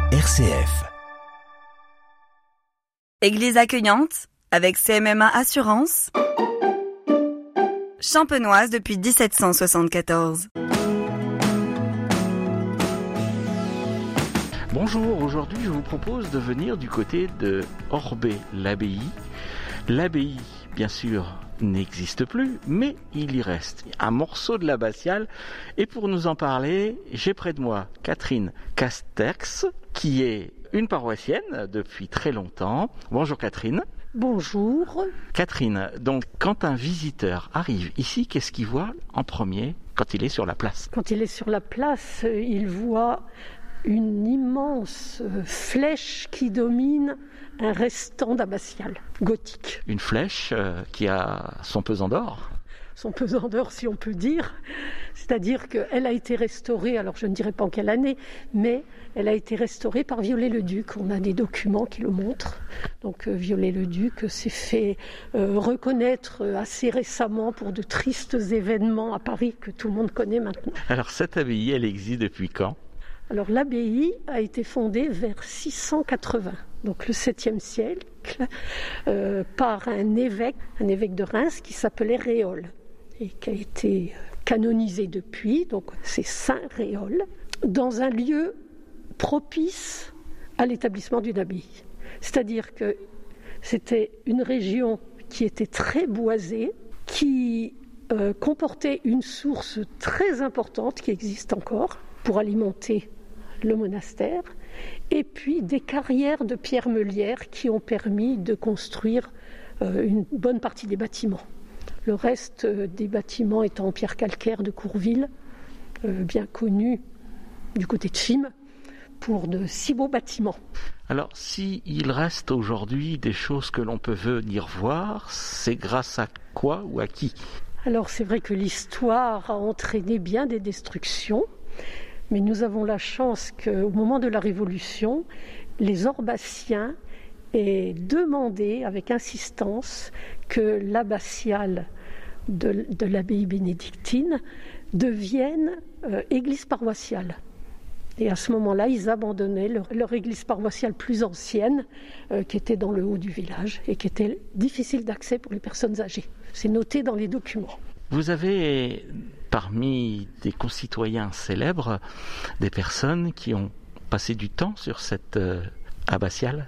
RCF. Église accueillante avec CMMA Assurance, champenoise depuis 1774. Bonjour, aujourd'hui je vous propose de venir du côté de Orbey-l'Abbaye. L'abbaye, bien sûr, n'existe plus, mais il y reste un morceau de l'abbatiale. Et pour nous en parler, j'ai près de moi Catherine Castex, qui est une paroissienne depuis très longtemps. Bonjour Catherine. Bonjour. Catherine, donc quand un visiteur arrive ici, qu'est-ce qu'il voit en premier quand il est sur la place ? Quand il est sur la place, il voit une immense flèche qui domine un restant d'abbatiale gothique. Une flèche qui a son pesant d'or ? Son pesant d'or, si on peut dire. C'est-à-dire qu'elle a été restaurée, alors je ne dirai pas en quelle année, mais elle a été restaurée par Viollet-le-Duc. On a des documents qui le montrent. Donc Viollet-le-Duc s'est fait reconnaître assez récemment pour de tristes événements à Paris que tout le monde connaît maintenant. Alors cette abbaye, elle existe depuis quand ? Alors l'abbaye a été fondée vers 680, donc le 7e siècle, par un évêque de Reims qui s'appelait Réole et qui a été canonisé depuis, donc c'est Saint Réole, dans un lieu propice à l'établissement d'une abbaye. C'est-à-dire que c'était une région qui était très boisée, qui comportait une source très importante qui existe encore pour alimenter le monastère, et puis des carrières de pierre meulière qui ont permis de construire une bonne partie des bâtiments. Le reste des bâtiments étant en pierre calcaire de Courville, bien connu du côté de Chim, pour de si beaux bâtiments. Alors, s'il reste aujourd'hui des choses que l'on peut venir voir, c'est grâce à quoi ou à qui ? Alors, c'est vrai que l'histoire a entraîné bien des destructions, mais nous avons la chance qu'au moment de la Révolution, les Orbassiens aient demandé avec insistance que l'abbatiale de l'abbaye bénédictine devienne église paroissiale. Et à ce moment-là, ils abandonnaient leur église paroissiale plus ancienne, qui était dans le haut du village et qui était difficile d'accès pour les personnes âgées. C'est noté dans les documents. Vous avez, parmi des concitoyens célèbres, des personnes qui ont passé du temps sur cette abbatiale ?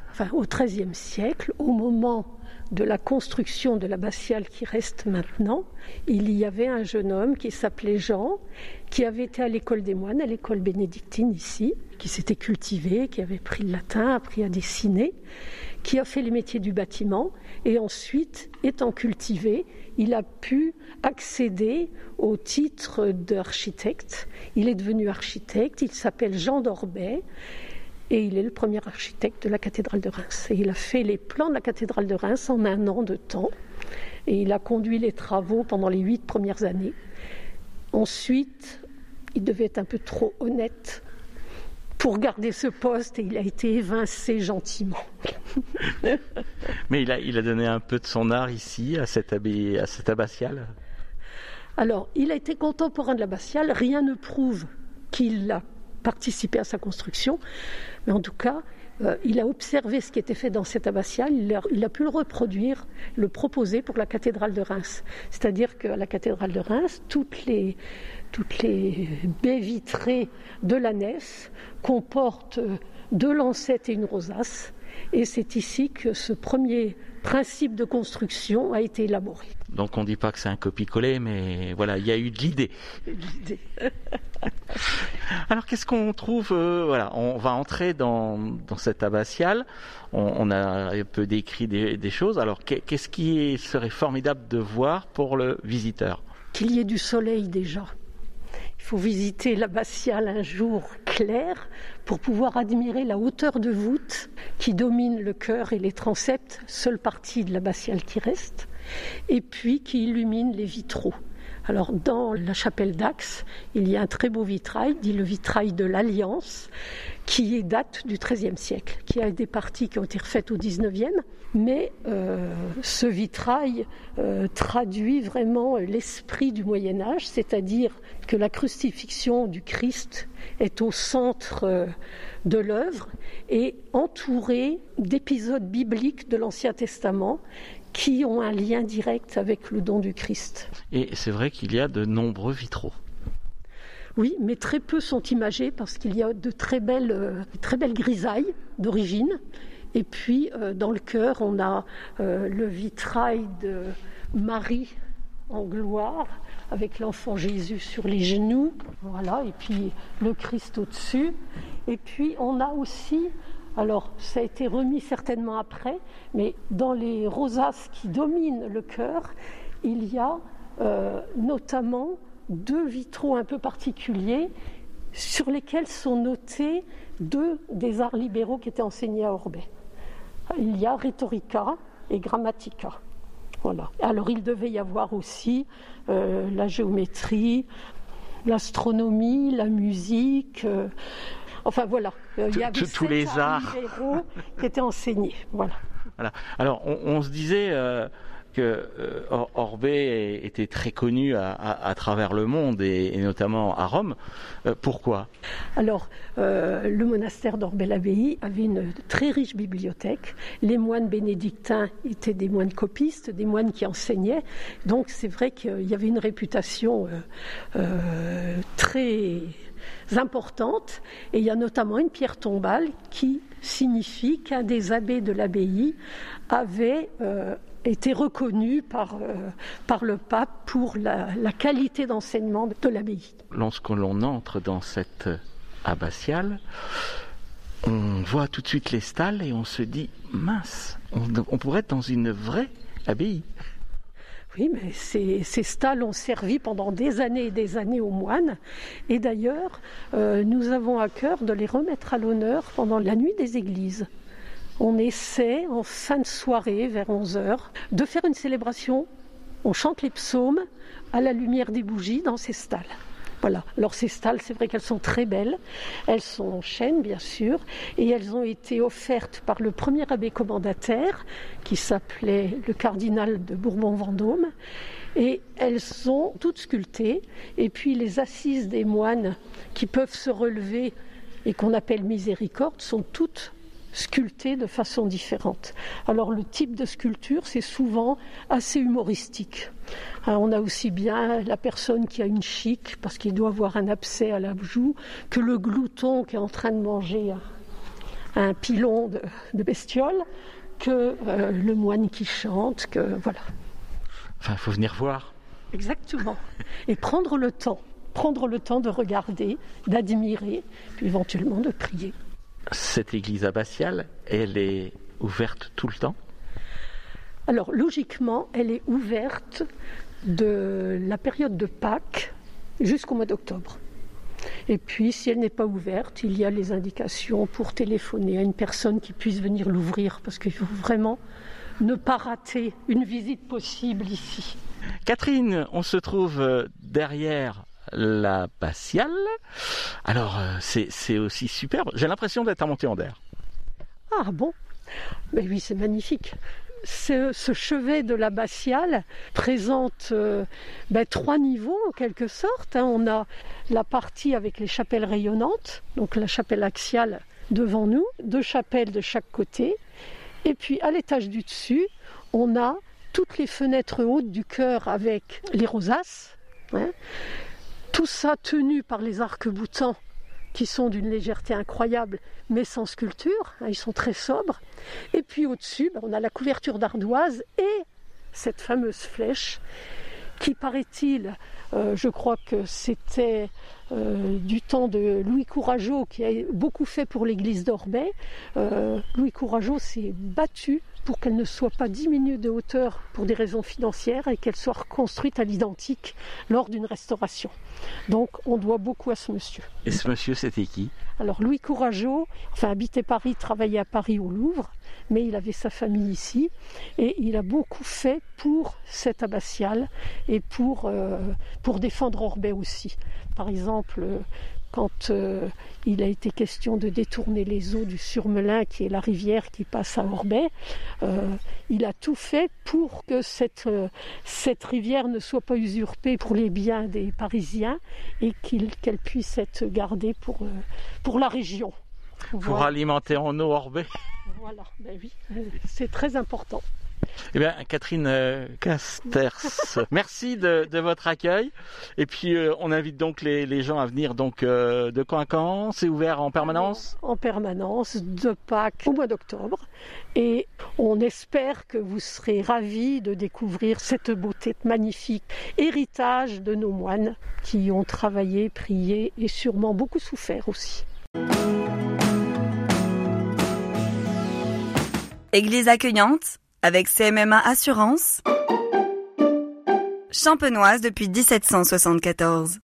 Au XIIIe siècle, au moment de la construction de l'abbatiale qui reste maintenant, il y avait un jeune homme qui s'appelait Jean, qui avait été à l'école des moines, à l'école bénédictine ici, qui s'était cultivé, qui avait appris le latin, appris à dessiner, qui a fait les métiers du bâtiment, et ensuite, étant cultivé, il a pu accéder au titre d'architecte. Il est devenu architecte, il s'appelle Jean d'Orbey, et il est le premier architecte de la cathédrale de Reims. Et il a fait les plans de la cathédrale de Reims en 1 an de temps, et il a conduit les travaux pendant les 8 premières années. Ensuite, il devait être un peu trop honnête pour garder ce poste, et il a été évincé gentiment. Mais il a donné un peu de son art ici, à cette abbatiale ? Alors, il a été contemporain de l'abbatiale. Rien ne prouve qu'il a participé à sa construction, mais en tout cas, il a observé ce qui était fait dans cette abbatiale, il a pu le reproduire, le proposer pour la cathédrale de Reims. C'est-à-dire qu'à la cathédrale de Reims, toutes les baies vitrées de la nef comportent 2 lancettes et une rosace, et c'est ici que ce premier principe de construction a été élaboré. Donc on ne dit pas que c'est un copier-coller, mais voilà, il y a eu de l'idée. Alors qu'est-ce qu'on trouve on va entrer dans cette abbatiale. On a un peu décrit des choses. Alors qu'est-ce qui serait formidable de voir pour le visiteur ? Qu'il y ait du soleil déjà. Il faut visiter l'abbatiale un jour clair pour pouvoir admirer la hauteur de voûte qui domine le chœur et les transepts, seule partie de l'abbatiale qui reste, et puis qui illumine les vitraux. Alors dans la chapelle d'Axe, il y a un très beau vitrail, dit le vitrail de l'Alliance, qui date du XIIIe siècle, qui a des parties qui ont été refaites au XIXe, mais ce vitrail traduit vraiment l'esprit du Moyen-Âge, c'est-à-dire que la crucifixion du Christ est au centre de l'œuvre et entourée d'épisodes bibliques de l'Ancien Testament qui ont un lien direct avec le don du Christ. Et c'est vrai qu'il y a de nombreux vitraux. Oui, mais très peu sont imagés parce qu'il y a de très belles grisailles d'origine. Et puis, dans le chœur, on a le vitrail de Marie en gloire, avec l'enfant Jésus sur les genoux, voilà, et puis le Christ au-dessus. Et puis, on a aussi, alors ça a été remis certainement après, mais dans les rosaces qui dominent le chœur, il y a notamment 2 vitraux un peu particuliers sur lesquels sont notés 2 des arts libéraux qui étaient enseignés à Orbey. Il y a Rhetorica et Grammatica. Voilà. Alors il devait y avoir aussi la géométrie, l'astronomie, la musique, enfin voilà. Il y avait tous les arts libéraux qui étaient enseignés. Voilà. Alors on se disait que Orbey était très connu à travers le monde et notamment à Rome. Pourquoi ? Alors, le monastère d'Orbey-l'Abbaye avait une très riche bibliothèque. Les moines bénédictins étaient des moines copistes, des moines qui enseignaient. Donc, c'est vrai qu'il y avait une réputation très importante. Et il y a notamment une pierre tombale qui signifie qu'un des abbés de l'abbaye avait été reconnu par le pape pour la qualité d'enseignement de l'abbaye. Lorsque l'on entre dans cette abbatiale, on voit tout de suite les stalles et on se dit mince, on pourrait être dans une vraie abbaye. Oui, mais ces stalles ont servi pendant des années et des années aux moines. Et d'ailleurs, nous avons à cœur de les remettre à l'honneur pendant la nuit des églises. On essaie, en fin de soirée, vers 11h, de faire une célébration. On chante les psaumes à la lumière des bougies dans ces stalles. Voilà. Alors ces stalles, c'est vrai qu'elles sont très belles. Elles sont en chêne, bien sûr, et elles ont été offertes par le premier abbé commendataire, qui s'appelait le cardinal de Bourbon-Vendôme. Et elles sont toutes sculptées. Et puis les assises des moines qui peuvent se relever et qu'on appelle miséricorde sont toutes sculptées de façon différente. Alors le type de sculpture, c'est souvent assez humoristique. On a aussi bien la personne qui a une chique, parce qu'il doit avoir un abcès à la joue, que le glouton qui est en train de manger un pilon de bestiole, que le moine qui chante, que voilà. Enfin, il faut venir voir. Exactement. Et prendre le temps de regarder, d'admirer, puis éventuellement de prier. Cette église abbatiale, elle est ouverte tout le temps ? Alors, logiquement, elle est ouverte de la période de Pâques jusqu'au mois d'octobre. Et puis, si elle n'est pas ouverte, il y a les indications pour téléphoner à une personne qui puisse venir l'ouvrir, parce qu'il faut vraiment ne pas rater une visite possible ici. Catherine, on se trouve derrière l'abbatiale. Alors, c'est aussi superbe. J'ai l'impression d'être à Monté-en-Der. Ah bon ? Ben oui, c'est magnifique. Ce chevet de l'abbatiale présente 3 niveaux en quelque sorte. On a la partie avec les chapelles rayonnantes, donc la chapelle axiale devant nous, 2 chapelles de chaque côté. Et puis à l'étage du dessus, on a toutes les fenêtres hautes du chœur avec les rosaces. Tout ça tenu par les arcs-boutants qui sont d'une légèreté incroyable, mais sans sculpture, ils sont très sobres. Et puis au-dessus, on a la couverture d'ardoise et cette fameuse flèche qui, paraît-il, je crois que c'était du temps de Louis Courageau, qui a beaucoup fait pour l'église d'Orbey. Louis Courageau s'est battu pour qu'elle ne soit pas diminuée de hauteur pour des raisons financières et qu'elle soit reconstruite à l'identique lors d'une restauration. Donc on doit beaucoup à ce monsieur. Et ce monsieur, c'était qui ? Alors Louis Courageau, habitait Paris, travaillait à Paris au Louvre, mais il avait sa famille ici et il a beaucoup fait pour cette abbatiale et pour défendre Orbey aussi. Par exemple, quand il a été question de détourner les eaux du Surmelin, qui est la rivière qui passe à Orbey. Il a tout fait pour que cette rivière ne soit pas usurpée pour les biens des Parisiens et qu'elle puisse être gardée pour la région. Pour alimenter en eau Orbey. Voilà, ben oui, c'est très important. Eh bien, Catherine Casters, merci de votre accueil. Et puis, on invite donc les gens à venir donc de camp à camp. C'est ouvert en permanence ? En permanence, de Pâques au mois d'octobre. Et on espère que vous serez ravis de découvrir cette beauté magnifique, héritage de nos moines qui ont travaillé, prié et sûrement beaucoup souffert aussi. Église accueillante avec CMMA Assurance, champenoise depuis 1774.